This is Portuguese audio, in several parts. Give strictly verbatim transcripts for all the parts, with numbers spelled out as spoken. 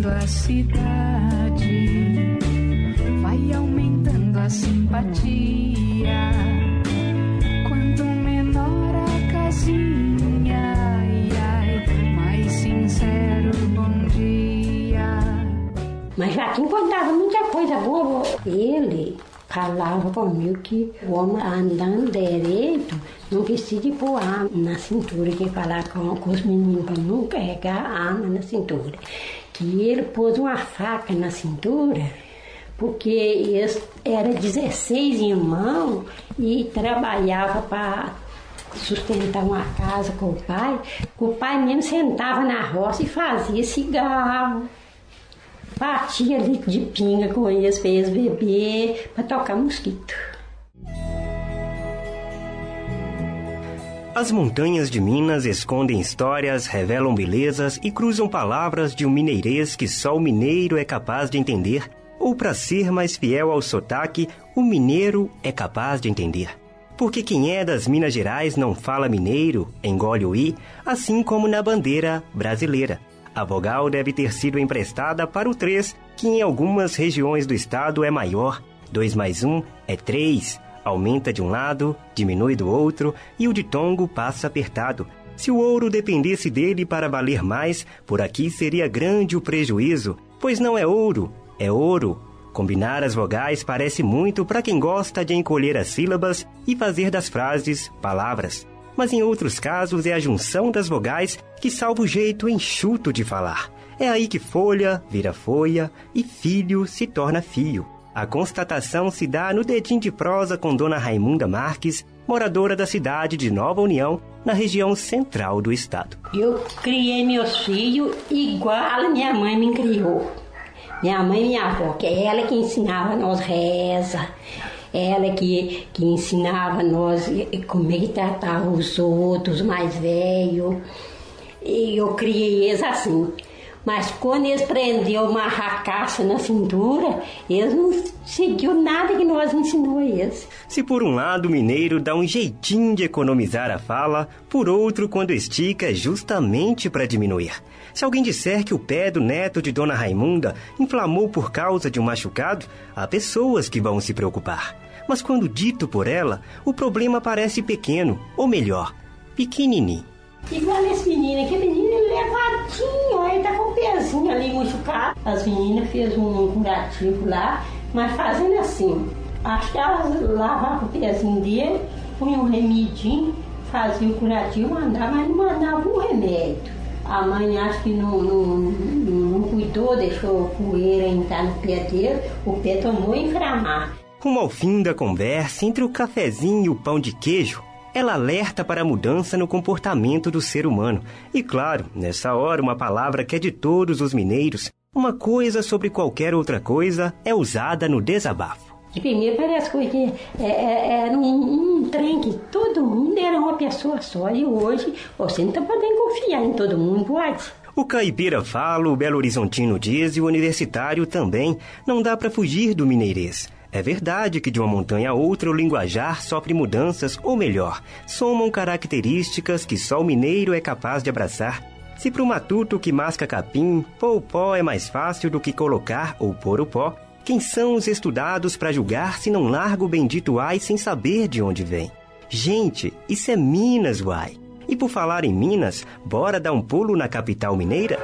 a cidade, vai aumentando a simpatia. Quanto menor a casinha, ai, ai, mais sincero bom dia. Mas Joaquim contava muita coisa boa. Ele falava comigo que o homem andando direito não precisa de pôr arma na cintura, que falar com, com os meninos para não carregar a arma na cintura. Que ele pôs uma faca na cintura, porque eles eram dezesseis irmãos e trabalhava para sustentar uma casa com o pai. O pai mesmo sentava na roça e fazia cigarro. Batia ali de pinga com eles, fez beber para tocar mosquito. As montanhas de Minas escondem histórias, revelam belezas e cruzam palavras de um mineirês que só o mineiro é capaz de entender, ou, para ser mais fiel ao sotaque, o mineiro é capaz de entender. Porque quem é das Minas Gerais não fala mineiro, engole o i, assim como na bandeira brasileira. A vogal deve ter sido emprestada para o três, que em algumas regiões do estado é maior. dois mais um é três. Aumenta de um lado, diminui do outro e o ditongo passa apertado. Se o ouro dependesse dele para valer mais, por aqui seria grande o prejuízo, pois não é ouro, é ouro. Combinar as vogais parece muito para quem gosta de encolher as sílabas e fazer das frases palavras. Mas em outros casos é a junção das vogais que salva o jeito enxuto de falar. É aí que folha vira folha e filho se torna fio. A constatação se dá no dedinho de prosa com Dona Raimunda Marques, moradora da cidade de Nova União, na região central do estado. Eu criei meus filhos igual a minha mãe me criou. Minha mãe e minha avó, que é ela que ensinava nós reza, ela que, que ensinava nós como é que tratava os outros mais velhos. E eu criei eles assim. Mas quando eles prenderam uma racaça na cintura, eles não seguiu nada que nós ensinou a eles. Se por um lado o mineiro dá um jeitinho de economizar a fala, por outro, quando estica, é justamente para diminuir. Se alguém disser que o pé do neto de Dona Raimunda inflamou por causa de um machucado, há pessoas que vão se preocupar. Mas quando dito por ela, o problema parece pequeno, ou melhor, pequenininho. Igual esse menino aqui, menino levadinho, ele tá com o pezinho ali machucado. As meninas fez um curativo lá, mas fazendo assim, acho que elas lavavam o pezinho dele, punham um remedinho, faziam o curativo, mandavam, mas não mandavam um remédio. A mãe acho que não, não, não, não cuidou, deixou poeira entrar no pé dele, o pé tomou e inflamar. Rumo ao fim da conversa, entre o cafezinho e o pão de queijo, ela alerta para a mudança no comportamento do ser humano. E claro, nessa hora, uma palavra que é de todos os mineiros, uma coisa sobre qualquer outra coisa, é usada no desabafo. De primeiro parece que é, é, era um, um trem que todo mundo era uma pessoa só. E hoje você não está podendo confiar em todo mundo, pode? O caipira fala, o Belo Horizontino diz e o universitário também. Não dá para fugir do mineirês. É verdade que de uma montanha a outra o linguajar sofre mudanças, ou melhor, somam características que só o mineiro é capaz de abraçar. Se para o matuto que masca capim, pôr o pó é mais fácil do que colocar ou pôr o pó, quem são os estudados para julgar se não larga o bendito ai sem saber de onde vem? Gente, isso é Minas, uai! E por falar em Minas, bora dar um pulo na capital mineira?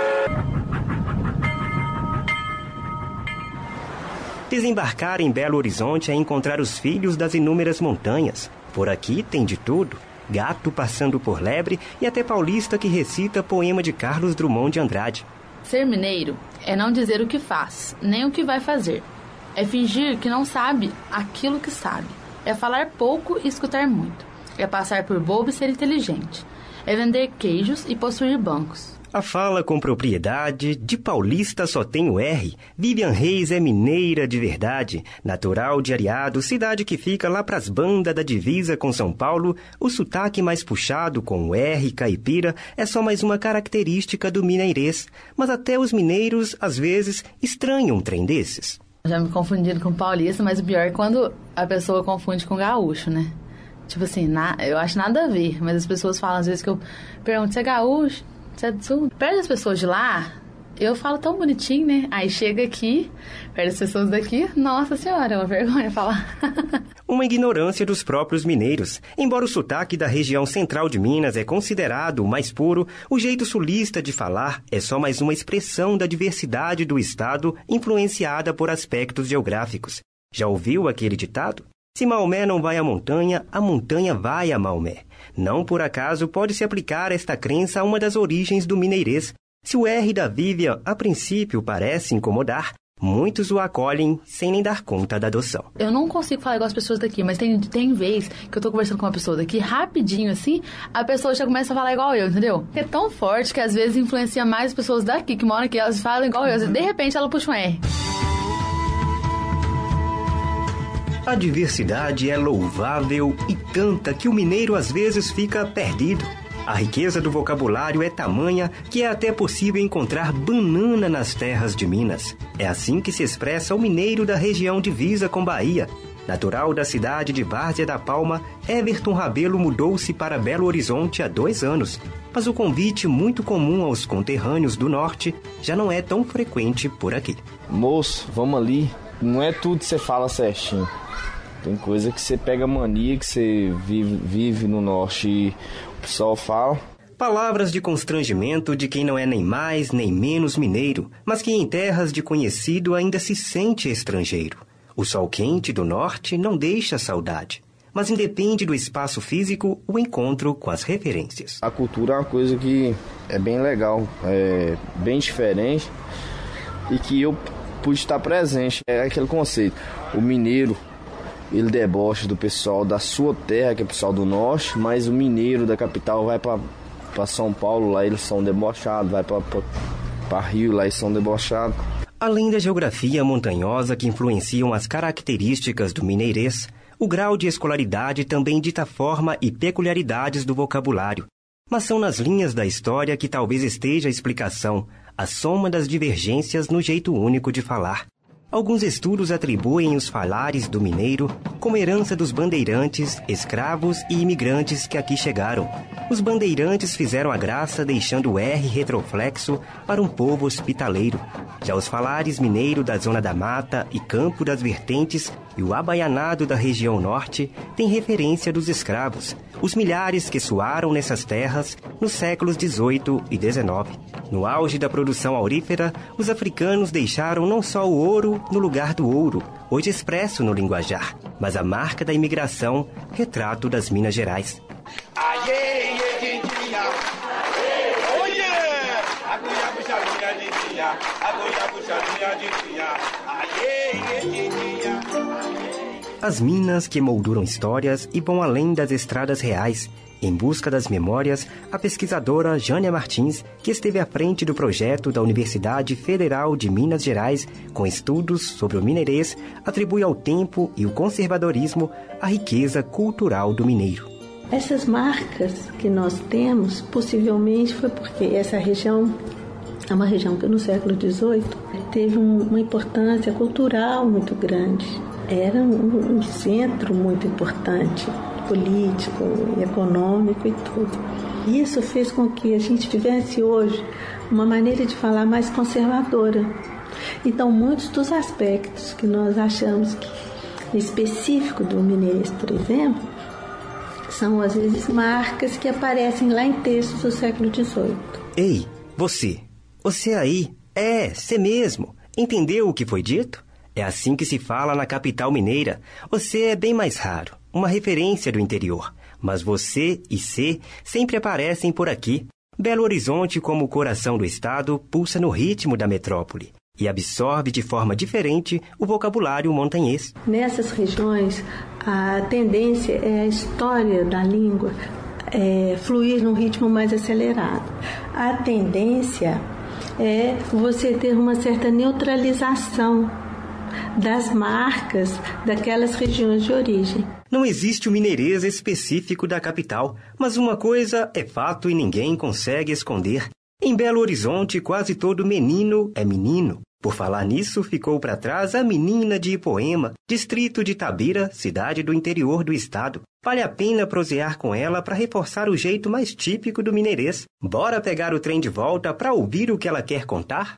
Desembarcar em Belo Horizonte é encontrar os filhos das inúmeras montanhas. Por aqui tem de tudo. Gato passando por lebre e até paulista que recita poema de Carlos Drummond de Andrade. Ser mineiro é não dizer o que faz, nem o que vai fazer. É fingir que não sabe aquilo que sabe. É falar pouco e escutar muito. É passar por bobo e ser inteligente. É vender queijos e possuir bancos. A fala com propriedade, de paulista só tem o R. Vivian Reis é mineira de verdade, natural de Areado, cidade que fica lá pras bandas da divisa com São Paulo. O sotaque mais puxado com o R caipira é só mais uma característica do mineirês. Mas até os mineiros, às vezes, estranham um trem desses. Já me confundindo com paulista, mas o pior é quando a pessoa confunde com gaúcho, né? Tipo assim, na, eu acho nada a ver, mas as pessoas falam às vezes que eu pergunto, você é gaúcho? Você é do sul? Perto das pessoas de lá, Eu falo tão bonitinho, né? Aí chega aqui, perto das pessoas daqui, nossa senhora, é uma vergonha falar. Uma ignorância dos próprios mineiros. Embora o sotaque da região central de Minas é considerado o mais puro, o jeito sulista de falar é só mais uma expressão da diversidade do estado influenciada por aspectos geográficos. Já ouviu aquele ditado? Se Maomé não vai à montanha, a montanha vai a Maomé. Não por acaso pode-se aplicar esta crença a uma das origens do mineirês. Se o R da Vivian, a princípio, parece incomodar, muitos o acolhem sem nem dar conta da adoção. Eu não consigo falar igual as pessoas daqui, mas tem, tem vez que eu tô conversando com uma pessoa daqui, rapidinho assim, a pessoa já começa a falar igual eu, entendeu? É tão forte que às vezes influencia mais as pessoas daqui, que moram aqui, elas falam igual eu. De repente ela puxa um R. A diversidade é louvável e tanta que o mineiro às vezes fica perdido. A riqueza do vocabulário é tamanha que é até possível encontrar banana nas terras de Minas. É assim que se expressa o mineiro da região divisa com Bahia. Natural da cidade de Várzea da Palma, Everton Rabelo mudou-se para Belo Horizonte há dois anos. Mas o convite muito comum aos conterrâneos do norte já não é tão frequente por aqui. Moço, vamos ali. Não é tudo que você fala certinho. Tem coisa que você pega mania, que você vive, vive no norte e o pessoal fala. Palavras de constrangimento de quem não é nem mais nem menos mineiro, mas que em terras de conhecido ainda se sente estrangeiro. O sol quente do norte não deixa saudade, mas independe do espaço físico o encontro com as referências. A cultura é uma coisa que é bem legal, é bem diferente e que eu pude estar presente. É aquele conceito, o mineiro, ele debocha do pessoal da sua terra, que é o pessoal do norte, mas o mineiro da capital vai para São Paulo, lá eles são debochados, vai para Rio, lá eles são debochados. Além da geografia montanhosa que influenciam as características do mineirês, o grau de escolaridade também dita forma e peculiaridades do vocabulário. Mas são nas linhas da história que talvez esteja a explicação, a soma das divergências no jeito único de falar. Alguns estudos atribuem os falares do mineiro como herança dos bandeirantes, escravos e imigrantes que aqui chegaram. Os bandeirantes fizeram a graça deixando o R retroflexo para um povo hospitaleiro. Já os falares mineiro da Zona da Mata e Campo das Vertentes e o abaianado da região norte têm referência dos escravos, os milhares que soaram nessas terras nos séculos dezoito e dezenove. No auge da produção aurífera, os africanos deixaram não só o ouro no lugar do ouro, hoje expresso no linguajar, mas a marca da imigração, retrato das Minas Gerais. As minas que molduram histórias e vão além das estradas reais. Em busca das memórias, a pesquisadora Jânia Martins, que esteve à frente do projeto da Universidade Federal de Minas Gerais com estudos sobre o mineirês, atribui ao tempo e o conservadorismo a riqueza cultural do mineiro. Essas marcas que nós temos, possivelmente foi porque essa região é uma região que no século dezoito teve uma importância cultural muito grande. Era um, um centro muito importante, político, econômico e tudo. Isso fez com que a gente tivesse hoje uma maneira de falar mais conservadora. Então, muitos dos aspectos que nós achamos que específico do mineirês, por exemplo, são às vezes marcas que aparecem lá em textos do século dezoito. Ei, você, você aí, é, você mesmo, entendeu o que foi dito? É assim que se fala na capital mineira. Você é bem mais raro, uma referência do interior. Mas você e cê sempre aparecem por aqui. Belo Horizonte, como o coração do estado, pulsa no ritmo da metrópole e absorve de forma diferente o vocabulário montanhês. Nessas regiões, a tendência é a história da língua é, fluir num ritmo mais acelerado. A tendência é você ter uma certa neutralização das marcas daquelas regiões de origem. Não existe o mineirês específico da capital, mas uma coisa é fato e ninguém consegue esconder. Em Belo Horizonte, quase todo menino é menino. Por falar nisso, ficou para trás a menina de Ipoema, distrito de Itabira, cidade do interior do estado. Vale a pena prosear com ela para reforçar o jeito mais típico do mineirês. Bora pegar o trem de volta para ouvir o que ela quer contar?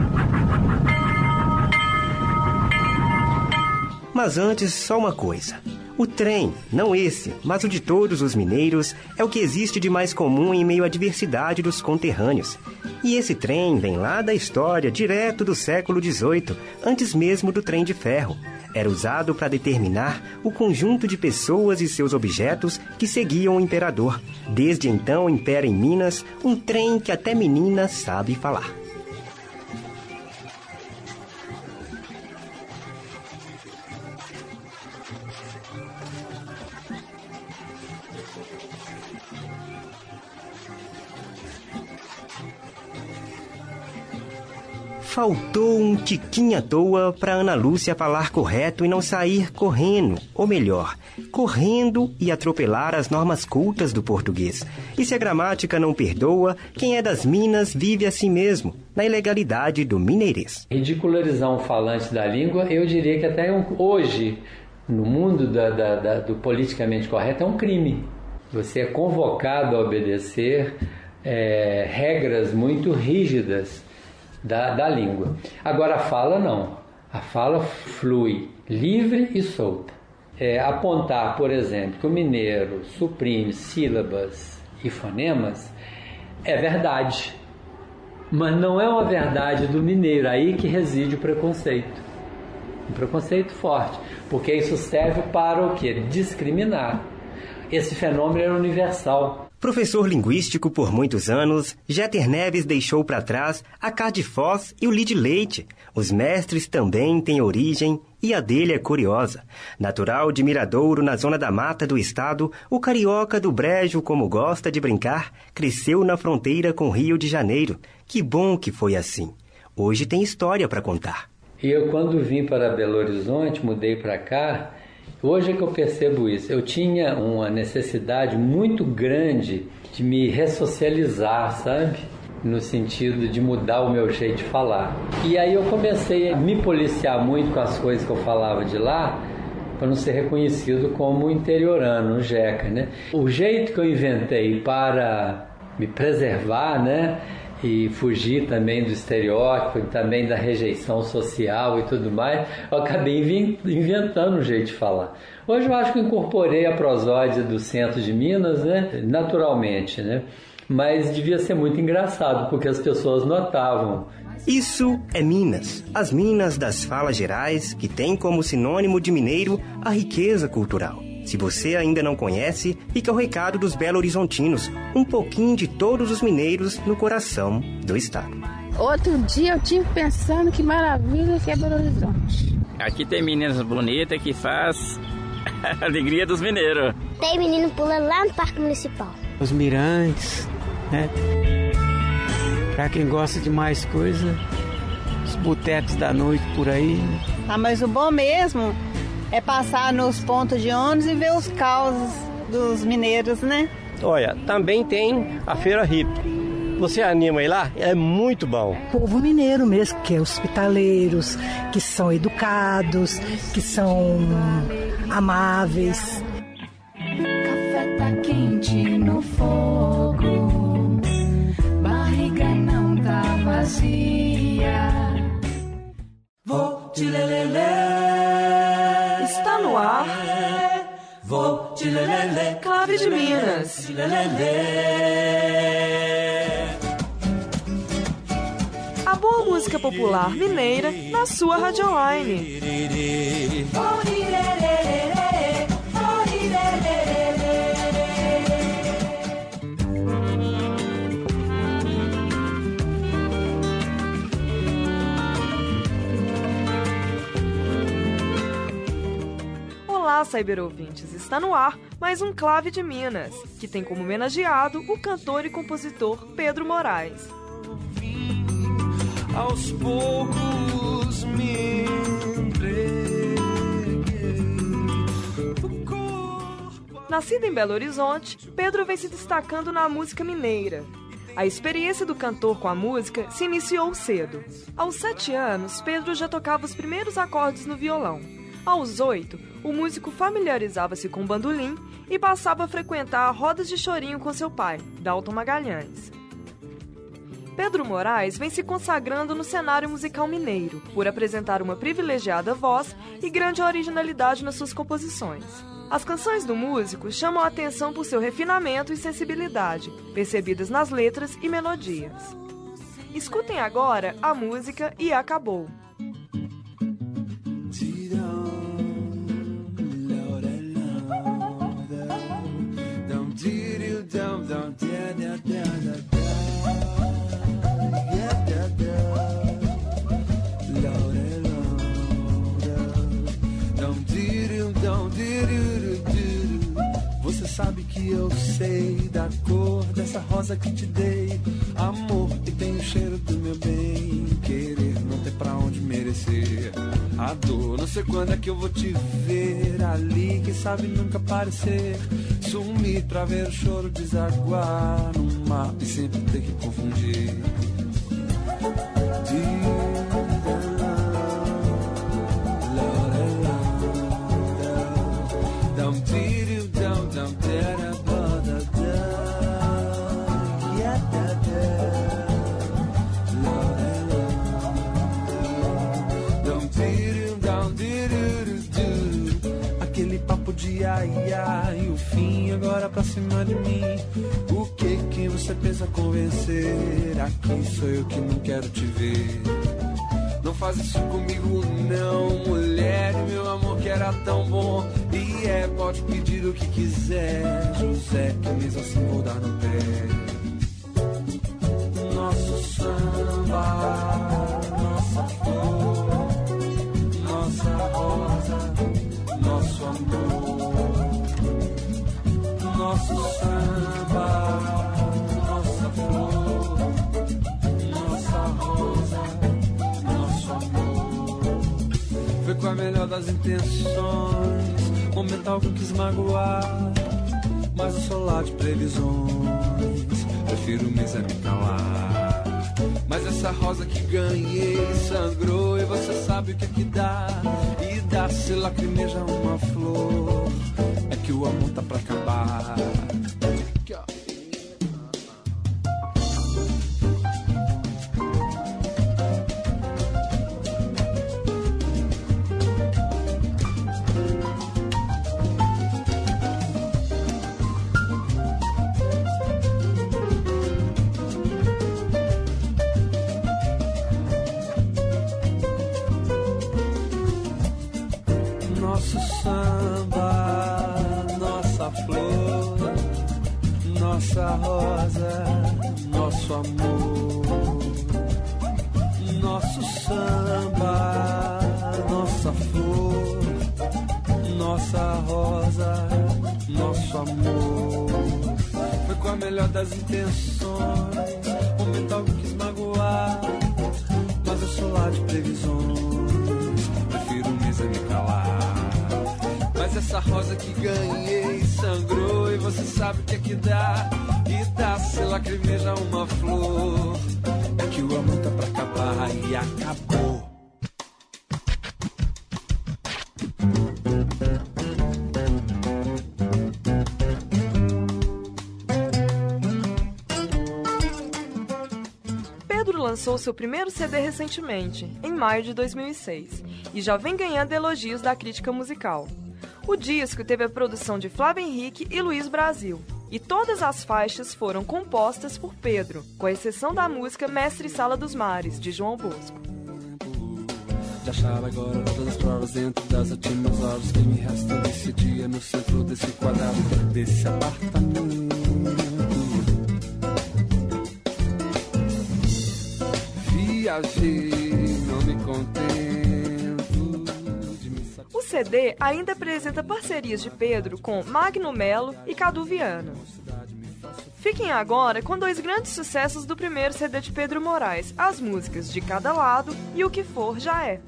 Mas antes, só uma coisa. O trem, não esse, mas o de todos os mineiros, é o que existe de mais comum em meio à diversidade dos conterrâneos. E esse trem vem lá da história, direto do século dezoito, antes mesmo do trem de ferro. Era usado para determinar o conjunto de pessoas e seus objetos que seguiam o imperador. Desde então impera em Minas um trem que até menina sabe falar. Faltou um tiquinho à toa para Ana Lúcia falar correto e não sair correndo, ou melhor, correndo e atropelar as normas cultas do português. E se a gramática não perdoa, quem é das Minas vive assim mesmo, na ilegalidade do mineirês. Ridicularizar um falante da língua, eu diria que até um, hoje, no mundo da, da, da, do politicamente correto, é um crime. Você é convocado a obedecer é, regras muito rígidas Da, da língua. Agora a fala não, a fala flui, livre e solta. É, apontar, por exemplo, que o mineiro suprime sílabas e fonemas é verdade, mas não é uma verdade do mineiro, aí que reside o preconceito, um preconceito forte, porque isso serve para o quê? Discriminar. Esse fenômeno é universal. Professor linguístico por muitos anos, Jeter Neves deixou para trás a Cá de Foz e o Lide Leite. Os mestres também têm origem e a dele é curiosa. Natural de Miradouro, na zona da mata do estado, o carioca do brejo, como gosta de brincar, cresceu na fronteira com Rio de Janeiro. Que bom que foi assim. Hoje tem história para contar. E eu, quando vim para Belo Horizonte, mudei para cá, hoje é que eu percebo isso. Eu tinha uma necessidade muito grande de me ressocializar, sabe? No sentido de mudar o meu jeito de falar. E aí eu comecei a me policiar muito com as coisas que eu falava de lá, para não ser reconhecido como interiorano, um jeca, né? O jeito que eu inventei para me preservar, né? E fugir também do estereótipo, também da rejeição social e tudo mais, eu acabei inventando um jeito de falar. Hoje eu acho que incorporei a prosódia do centro de Minas, né, naturalmente, né? Mas devia ser muito engraçado, porque as pessoas notavam. Isso é Minas, as Minas das falas gerais, que tem como sinônimo de mineiro a riqueza cultural. Se você ainda não conhece, fica o recado dos belo-horizontinos, um pouquinho de todos os mineiros no coração do estado. Outro dia eu tive pensando que maravilha que é Belo Horizonte. Aqui tem meninas bonitas que faz a alegria dos mineiros. Tem menino pulando lá no Parque Municipal. Os mirantes, né? Pra quem gosta de mais coisa, os botecos da noite por aí. Ah, mas o bom mesmo é passar nos pontos de ônibus e ver os causos dos mineiros, né? Olha, também tem a Feira Hippie. Você anima ir lá? É muito bom. O povo mineiro mesmo, que é hospitaleiros, que são educados, que são amáveis. Café tá quente no fogo, barriga não tá vazia. Vou te lelele. Está no ar. Vou te lelele. Clave de Minas. A boa música popular mineira na sua rádio online. Olá, cyberouvintes! Está no ar mais um Clave de Minas, que tem como homenageado o cantor e compositor Pedro Moraes. Aos poucos me entreguei. Nascido em Belo Horizonte, Pedro vem se destacando na música mineira. A experiência do cantor com a música se iniciou cedo. Aos sete anos, Pedro já tocava os primeiros acordes no violão. Aos oito, o músico familiarizava-se com o bandolim e passava a frequentar rodas de chorinho com seu pai, Dalton Magalhães. Pedro Moraes vem se consagrando no cenário musical mineiro, por apresentar uma privilegiada voz e grande originalidade nas suas composições. As canções do músico chamam a atenção por seu refinamento e sensibilidade, percebidas nas letras e melodias. Escutem agora a música E Acabou. Você sabe que eu sei da cor dessa rosa que te dei, amor, e tem o cheiro do meu bem, querer não ter pra onde merecer a dor. Não sei quando é que eu vou te ver ali, quem sabe nunca aparecer, sumir pra ver o choro desaguar no mar e sempre ter que confundir. Aquele papo de ai ai, o fim agora pra cima de mim. O que que você pensa convencer? Aqui sou eu que não quero te ver. Não faz isso comigo não, mulher, meu amor que era tão bom. E é, pode pedir o que quiser, José, que mesmo assim vou dar no pé. Nosso samba, nossa flor, nossa rosa, nosso amor. Nosso samba, nossa flor, nossa rosa, nosso amor. Foi com a melhor das intenções, momento algo quis magoar, mas eu sou lá de previsões, prefiro mesmo é me calar. Mas essa rosa que ganhei sangrou e você sabe o que é que dá. E dá se lacrimeja uma flor, é que o amor tá pra acabar. Aqui, ó. Nosso samba, nossa flor, nossa rosa, nosso amor. Nosso samba, nossa flor, nossa rosa, nosso amor. Foi com a melhor das intenções, momento algo quis magoar, mas eu sou lá de previsões, prefiro mesmo me calar. Mas essa rosa que ganhei sangrou e você sabe o que é que dá. E dá se lacrimeja uma flor, é que o amor tá pra acabar e acabou. Pedro lançou seu primeiro C D recentemente, em maio de dois mil e seis, e já vem ganhando elogios da crítica musical. O disco teve a produção de Flávio Henrique e Luiz Brasil, e todas as faixas foram compostas por Pedro, com exceção da música Mestre Sala dos Mares, de João Bosco. De achar agora todas as provas dentro das últimas horas que me restam desse dia no centro desse quadrado, desse apartamento. Viajei, não me contento. O C D ainda apresenta parcerias de Pedro com Magno Melo e Cadu Viana. Fiquem agora com dois grandes sucessos do primeiro C D de Pedro Moraes, as músicas De Cada Lado e O Que For Já É.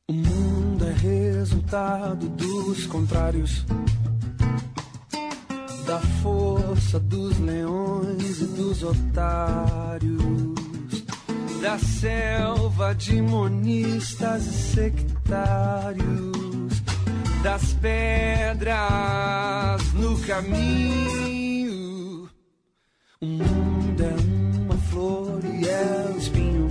O mundo é resultado dos contrários, da força dos leões e dos otários, da selva de monistas e sectários, das pedras no caminho. O mundo é uma flor e é o espinho.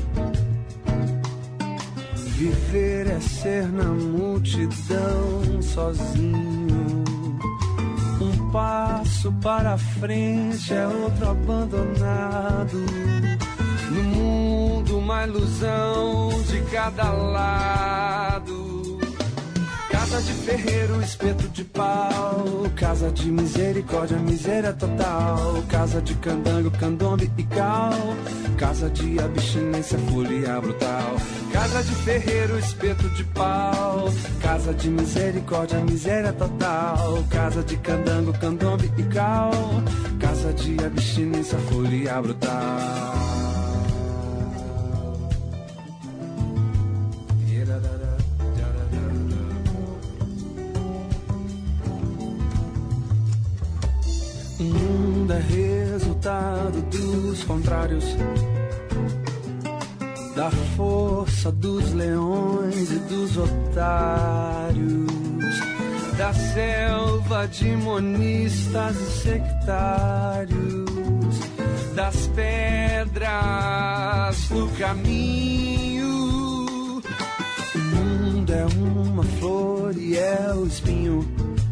Viver é ser na multidão sozinho. Um passo para frente é outro abandonado. No mundo uma ilusão de cada lado. Casa de ferreiro, espeto de pau. Casa de misericórdia, miséria total. Casa de candango, candombe e cal. Casa de abstinência, folia brutal. Casa de ferreiro, espeto de pau. Casa de misericórdia, miséria total. Casa de candango, candombe e cal. Casa de abstinência, folia brutal. O mundo é resultado dos contrários, da força dos leões e dos otários, da selva de monistas e sectários, das pedras no caminho. O mundo é uma flor e é o espinho.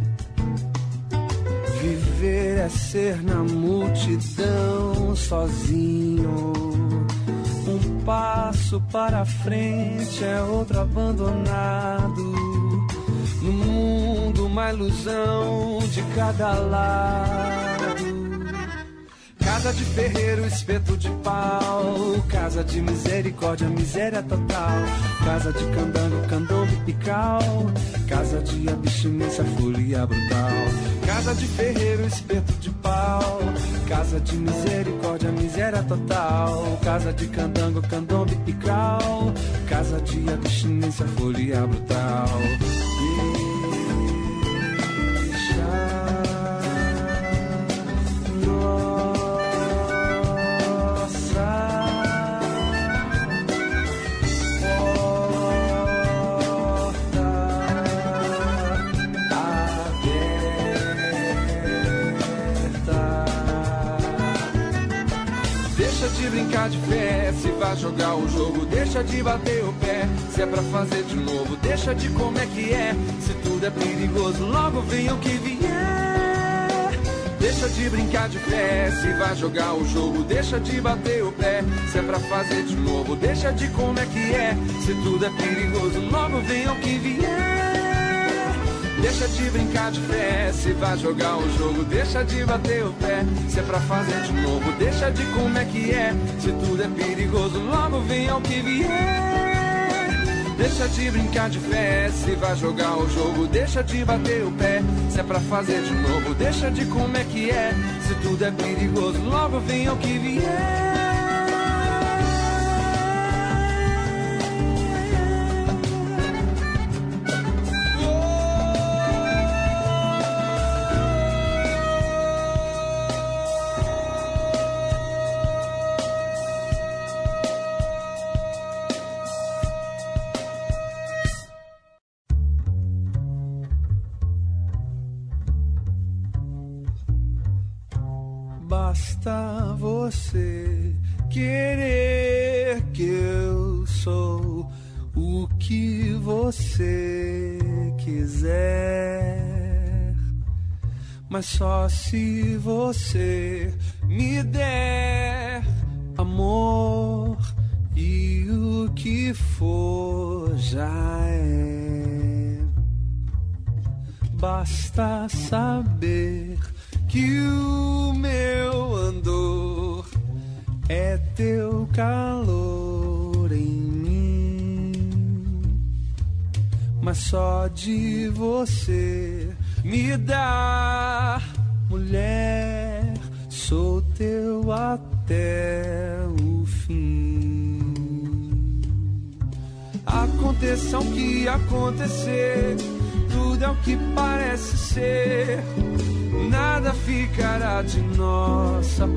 Viver é ser na multidão sozinho. Um passo para frente é outro abandonado. No mundo uma ilusão de cada lado. Casa de ferreiro, espeto de pau. Casa de misericórdia, miséria total. Casa de candango, candombe e cal. Casa de abstinência, folia brutal. Casa de ferreiro, espeto de pau. Casa de misericórdia, miséria total. Casa de candango, candombe e cal. Casa de abstinência, folia brutal. Brincar de fé, se vai jogar o jogo, deixa de bater o pé. Se é pra fazer de novo, deixa de como é que é. Se tudo é perigoso, logo venha o que vier. Deixa de brincar de fé, se vai jogar o jogo, deixa de bater o pé. Se é pra fazer de novo, deixa de como é que é. Se tudo é perigoso, logo venha o que vier. Deixa de brincar de fé, se vai jogar o jogo, deixa de bater o pé. Se é pra fazer de novo, deixa de como é que é. Se tudo é perigoso, logo vem ao que vier. Deixa de brincar de fé, se vai jogar o jogo, deixa de bater o pé. Se é pra fazer de novo, deixa de como é que é. Se tudo é perigoso, logo vem ao que vier. Basta você querer que eu sou o que você quiser, mas só se você me der amor e o que for já é. Basta saber que o meu andor é teu calor em mim, mas só de você me dar, mulher, sou teu até o fim. A Aconteça o que acontecer, tudo é o que parece ser. Nada ficará de nossa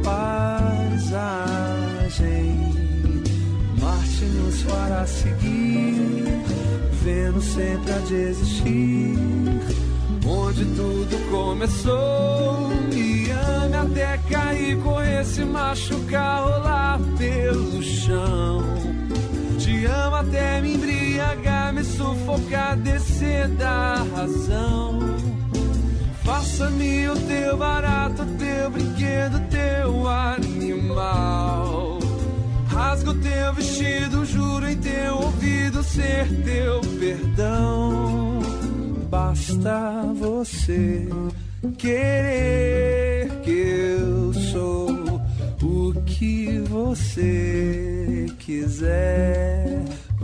paisagem. Marte nos fará seguir, Vênus sempre há de existir. Onde tudo começou, me ame até cair, correr, se machucar, rolar pelo chão. Te amo até me embriagar, me sufocar, descer da razão. Faça-me o teu barato, teu brinquedo, teu animal. Rasga o teu vestido, juro em teu ouvido ser teu perdão. Basta você querer, que eu sou o que você quiser.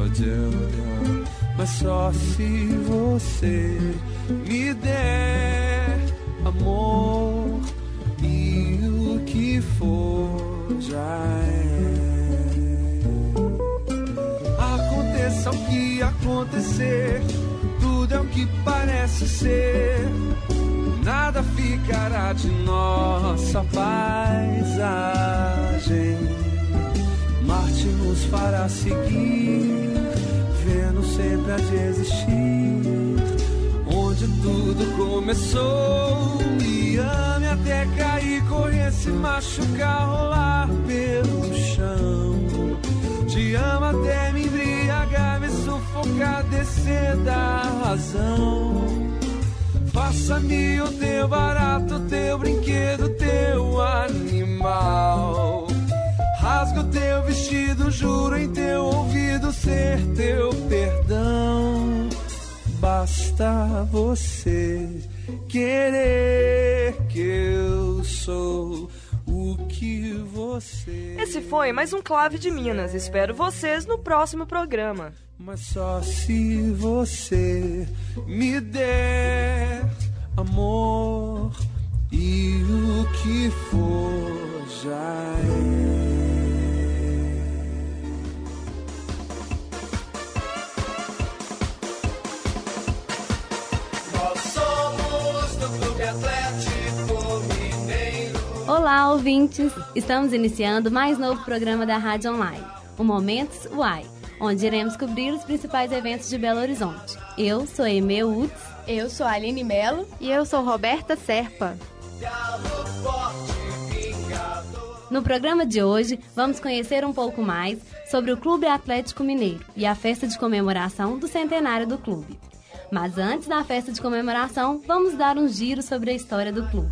Mas só se você me der amor, e o que for já é. Aconteça o que acontecer, tudo é o que parece ser. Nada ficará de nossa paisagem. Marte nos fará seguir, Vênus sempre há de existir. Onde tudo começou, me ame até cair, correr, se machucar, rolar pelo chão. Te amo até me embriagar, me sufocar, descer da razão. Faça-me o teu barato, teu brinquedo, teu animal. Rasga o teu vestido, juro em teu ouvido ser teu perdão. Basta você querer, que eu sou o que você... Esse foi mais um Clave de Minas. Espero vocês no próximo programa. Mas só se você me der amor, e o que for já é. Nós somos do Clube Atlético Mineiro. Olá, ouvintes! Estamos iniciando mais novo programa da Rádio Online, o Momentos U A I, onde iremos cobrir os principais eventos de Belo Horizonte. Eu sou Emê Utz. Eu sou a Aline Melo. E eu sou Roberta Serpa. No programa de hoje, vamos conhecer um pouco mais sobre o Clube Atlético Mineiro e a festa de comemoração do centenário do clube. Mas antes da festa de comemoração, vamos dar um giro sobre a história do clube.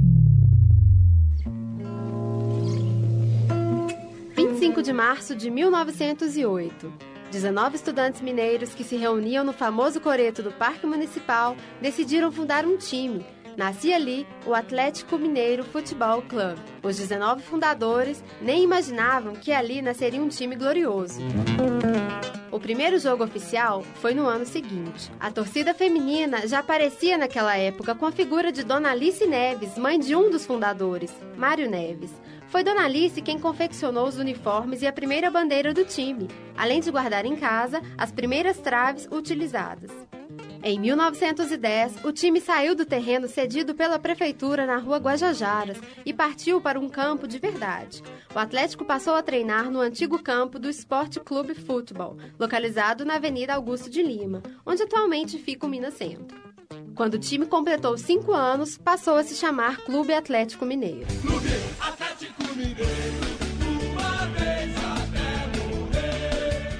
vinte e cinco de março de mil novecentos e oito. dezenove estudantes mineiros que se reuniam no famoso coreto do Parque Municipal decidiram fundar um time. Nascia ali o Atlético Mineiro Futebol Clube. Os dezenove fundadores nem imaginavam que ali nasceria um time glorioso. O primeiro jogo oficial foi no ano seguinte. A torcida feminina já aparecia naquela época com a figura de Dona Alice Neves, mãe de um dos fundadores, Mário Neves. Foi Dona Alice quem confeccionou os uniformes e a primeira bandeira do time, além de guardar em casa as primeiras traves utilizadas. Em mil novecentos e dez, o time saiu do terreno cedido pela prefeitura na rua Guajajaras e partiu para um campo de verdade. O Atlético passou a treinar no antigo campo do Esporte Clube Futebol, localizado na Avenida Augusto de Lima, onde atualmente fica o Minas Centro. Quando o time completou cinco anos, passou a se chamar Clube Atlético Mineiro. Clube Atlético Mineiro, uma vez até morrer.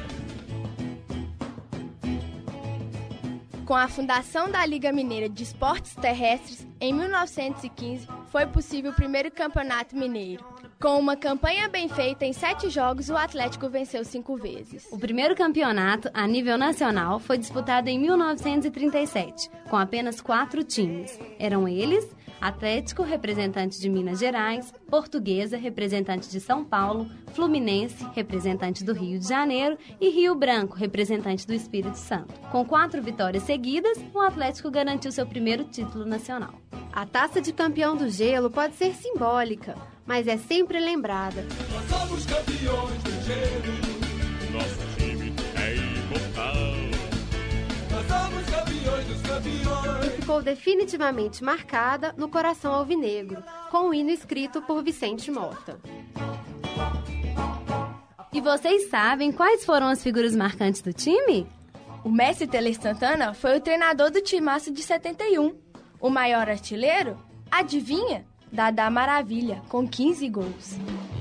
Com a fundação da Liga Mineira de Esportes Terrestres, em mil novecentos e quinze, foi possível o primeiro campeonato mineiro. Com uma campanha bem feita, em sete jogos, o Atlético venceu cinco vezes. O primeiro campeonato, a nível nacional, foi disputado em mil novecentos e trinta e sete, com apenas quatro times. Eram eles: Atlético, representante de Minas Gerais; Portuguesa, representante de São Paulo; Fluminense, representante do Rio de Janeiro; e Rio Branco, representante do Espírito Santo. Com quatro vitórias seguidas, o Atlético garantiu seu primeiro título nacional. A taça de campeão do gelo pode ser simbólica, mas é sempre lembrada. Nós somos campeões do gelo. Nosso time é imortal. campeões. E ficou definitivamente marcada no coração alvinegro, com o hino escrito por Vicente Mota. E vocês sabem quais foram as figuras marcantes do time? O mestre Teler Santana foi o treinador do timaço de setenta e um. O maior artilheiro, adivinha? Dadá Maravilha, com quinze gols.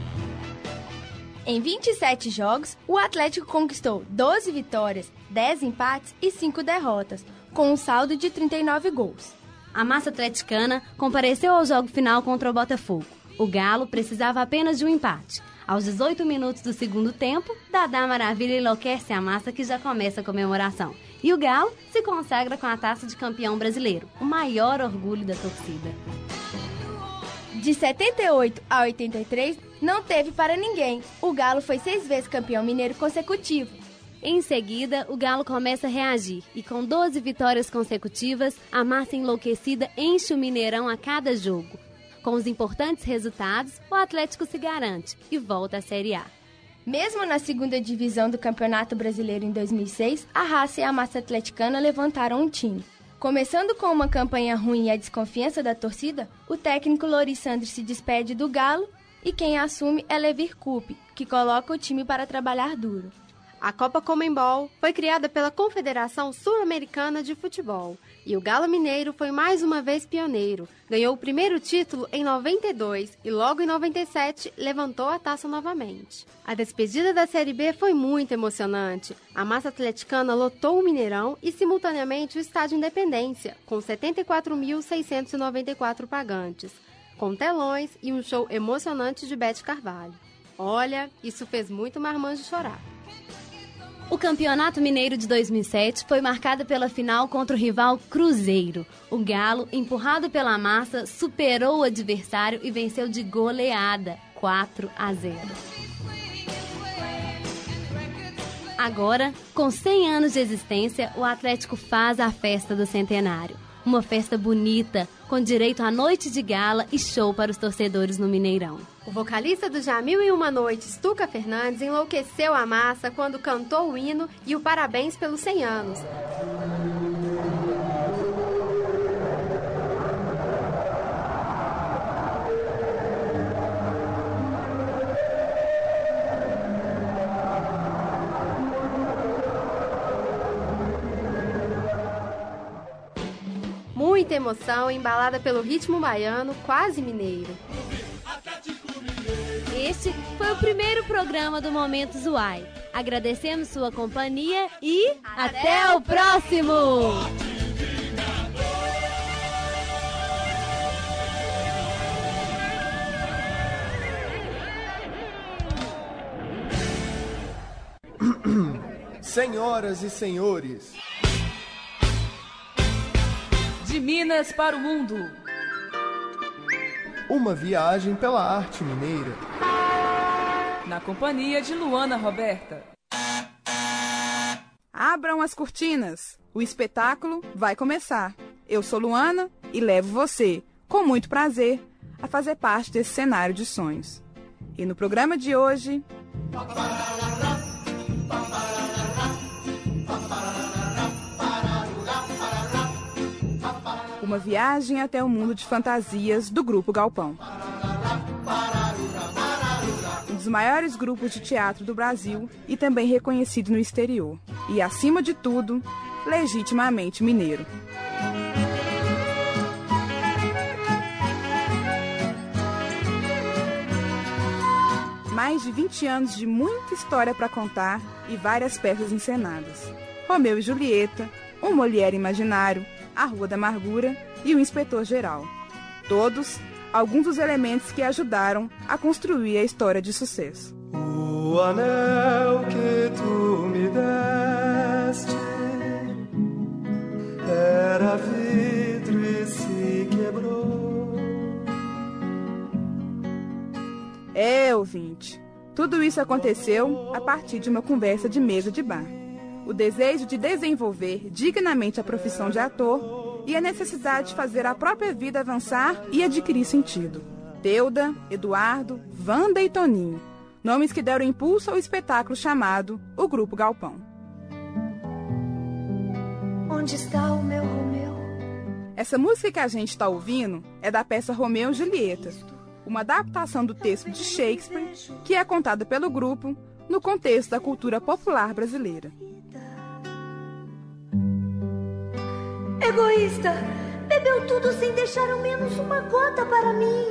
Em vinte e sete jogos, o Atlético conquistou doze vitórias, dez empates e cinco derrotas, com um saldo de trinta e nove gols. A massa atleticana compareceu ao jogo final contra o Botafogo. O Galo precisava apenas de um empate. Aos dezoito minutos do segundo tempo, Dadá Maravilha enlouquece a massa que já começa a comemoração. E o Galo se consagra com a taça de campeão brasileiro, o maior orgulho da torcida. De setenta e oito a oitenta e três, não teve para ninguém. O Galo foi seis vezes campeão mineiro consecutivo. Em seguida, o Galo começa a reagir e com doze vitórias consecutivas, a massa enlouquecida enche o Mineirão a cada jogo. Com os importantes resultados, o Atlético se garante e volta à Série A. Mesmo na segunda divisão do Campeonato Brasileiro em dois mil e seis, a raça e a massa atleticana levantaram um time. Começando com uma campanha ruim e a desconfiança da torcida, o técnico Lorissandro se despede do Galo e quem assume é Levir Coupe, que coloca o time para trabalhar duro. A Copa Comembol foi criada pela Confederação Sul-Americana de Futebol e o Galo Mineiro foi mais uma vez pioneiro. Ganhou o primeiro título em noventa e dois e logo em noventa e sete levantou a taça novamente. A despedida da Série B foi muito emocionante. A massa atleticana lotou o Mineirão e simultaneamente o Estádio Independência, com setenta e quatro mil seiscentos e noventa e quatro pagantes, com telões e um show emocionante de Bete Carvalho. Olha, isso fez muito marmanjo chorar. O Campeonato Mineiro de dois mil e sete foi marcado pela final contra o rival Cruzeiro. O Galo, empurrado pela massa, superou o adversário e venceu de goleada, quatro a zero. Agora, com cem anos de existência, o Atlético faz a festa do centenário. Uma festa bonita, com direito à noite de gala e show para os torcedores no Mineirão. O vocalista do Já Mil e Uma Noites, Tuca Fernandes, enlouqueceu a massa quando cantou o hino e o parabéns pelos cem anos. Muita emoção, embalada pelo ritmo baiano, quase mineiro. Este foi o primeiro programa do Momento Zuai. Agradecemos sua companhia e até, até o próximo! Senhoras e senhores, de Minas para o mundo. Uma viagem pela arte mineira. Na companhia de Luana Roberta. Abram as cortinas. O espetáculo vai começar. Eu sou Luana e levo você, com muito prazer, a fazer parte desse cenário de sonhos. E no programa de hoje... Uma viagem até o mundo de fantasias do Grupo Galpão. Um dos maiores grupos de teatro do Brasil e também reconhecido no exterior. E, acima de tudo, legitimamente mineiro. Mais de vinte anos de muita história para contar e várias peças encenadas. Romeu e Julieta, um Molière imaginário, a Rua da Amargura e o Inspetor-Geral. Todos, alguns dos elementos que ajudaram a construir a história de sucesso. O anel que tu me deste era vidro e se quebrou. É, ouvinte, tudo isso aconteceu a partir de uma conversa de mesa de bar. O desejo de desenvolver dignamente a profissão de ator e a necessidade de fazer a própria vida avançar e adquirir sentido. Teuda, Eduardo, Wanda e Toninho, nomes que deram impulso ao espetáculo chamado O Grupo Galpão. Onde está o meu Romeu? Essa música que a gente está ouvindo é da peça Romeu e Julieta, uma adaptação do texto de Shakespeare que é contada pelo grupo no contexto da cultura popular brasileira. Egoísta, bebeu tudo sem deixar ao menos uma gota para mim.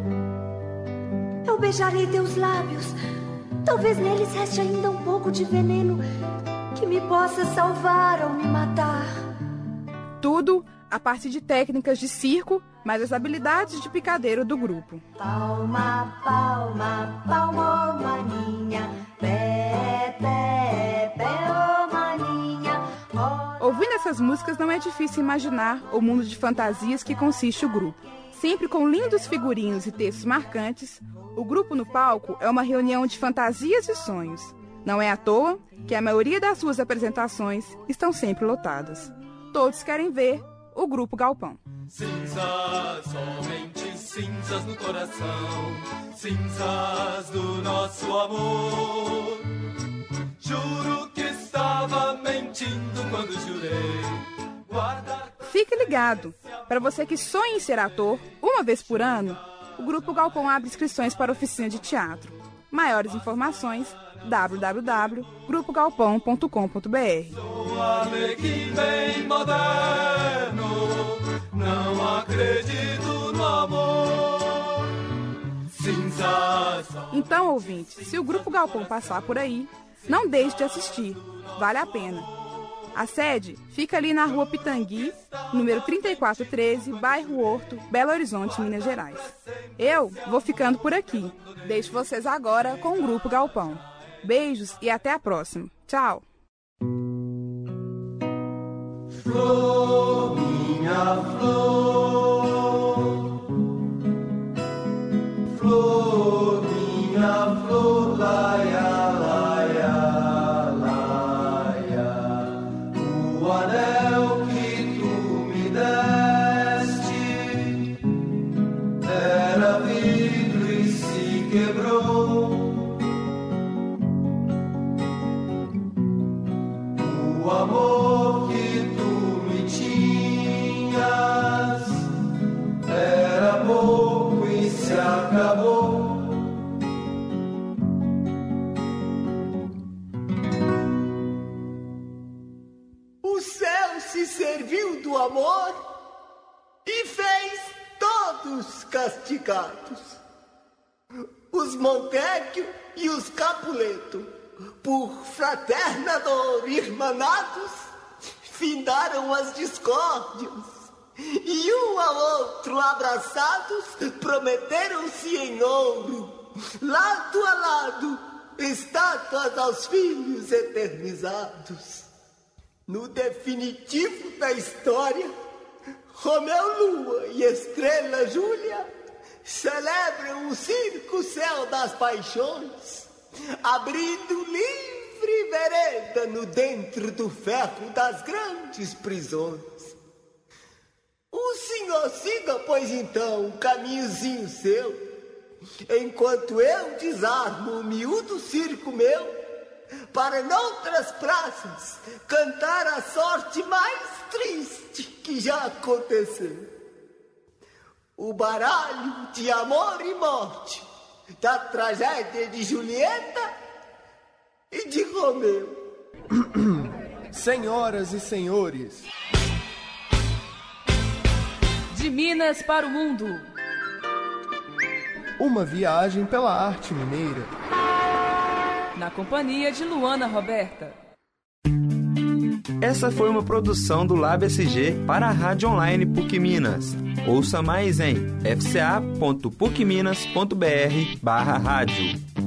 Eu beijarei teus lábios, talvez neles reste ainda um pouco de veneno que me possa salvar ou me matar. Tudo a partir de técnicas de circo, mas as habilidades de picadeiro do grupo. Palma, palma, palma, maninha, pé, pé, pé, oh, maninha. Oh. Ouvindo essas músicas não é difícil imaginar o mundo de fantasias que consiste o grupo. Sempre com lindos figurinos e textos marcantes, o grupo no palco é uma reunião de fantasias e sonhos. Não é à toa que a maioria das suas apresentações estão sempre lotadas. Todos querem ver o Grupo Galpão. Cinzas, somente cinzas no coração, cinzas do nosso amor. Juro que estava mentindo quando jurei guardar. Fique ligado! Para você que sonha em ser ator, uma vez por ano, o Grupo Galpão abre inscrições para oficina de teatro. Maiores informações, w w w ponto grupo galpão ponto com ponto b r. Sou alegre bem moderno, não acredito no amor. Cinzas. Então, ouvinte, se o Grupo Galpão passar por aí, não deixe de assistir, vale a pena. A sede fica ali na rua Pitangui, número trinta e quatro treze, bairro Horto, Belo Horizonte, Minas Gerais. Eu vou ficando por aqui. Deixo vocês agora com o Grupo Galpão. Beijos e até a próxima. Tchau! Flor, minha flor, flor, minha flor, laia, laia, laia. O anel que tu me deste era vidro e se quebrou. O amor que tu me tinhas era pouco e se acabou. O céu se serviu do amor e fez todos castigados. Os Montecchio e os Capuleto, por fraterna dor irmanados, findaram as discórdias, e um ao outro abraçados, prometeram-se em ouro, lado a lado, estátuas aos filhos eternizados. No definitivo da história, Romeu Lua e Estrela Júlia celebram o circo céu das paixões, abrindo livre vereda no dentro do ferro das grandes prisões. O senhor siga, pois então, o caminhozinho seu, enquanto eu desarmo o miúdo circo meu, para noutras praças cantar a sorte mais triste que já aconteceu. O baralho de amor e morte da tragédia de Julieta e de Romeu. Senhoras e senhores, de Minas para o mundo, uma viagem pela arte mineira, na companhia de Luana Roberta. Essa foi uma produção do Lab S G para a Rádio Online P U C Minas. Ouça mais em f c a ponto puc minas ponto b r barra rádio.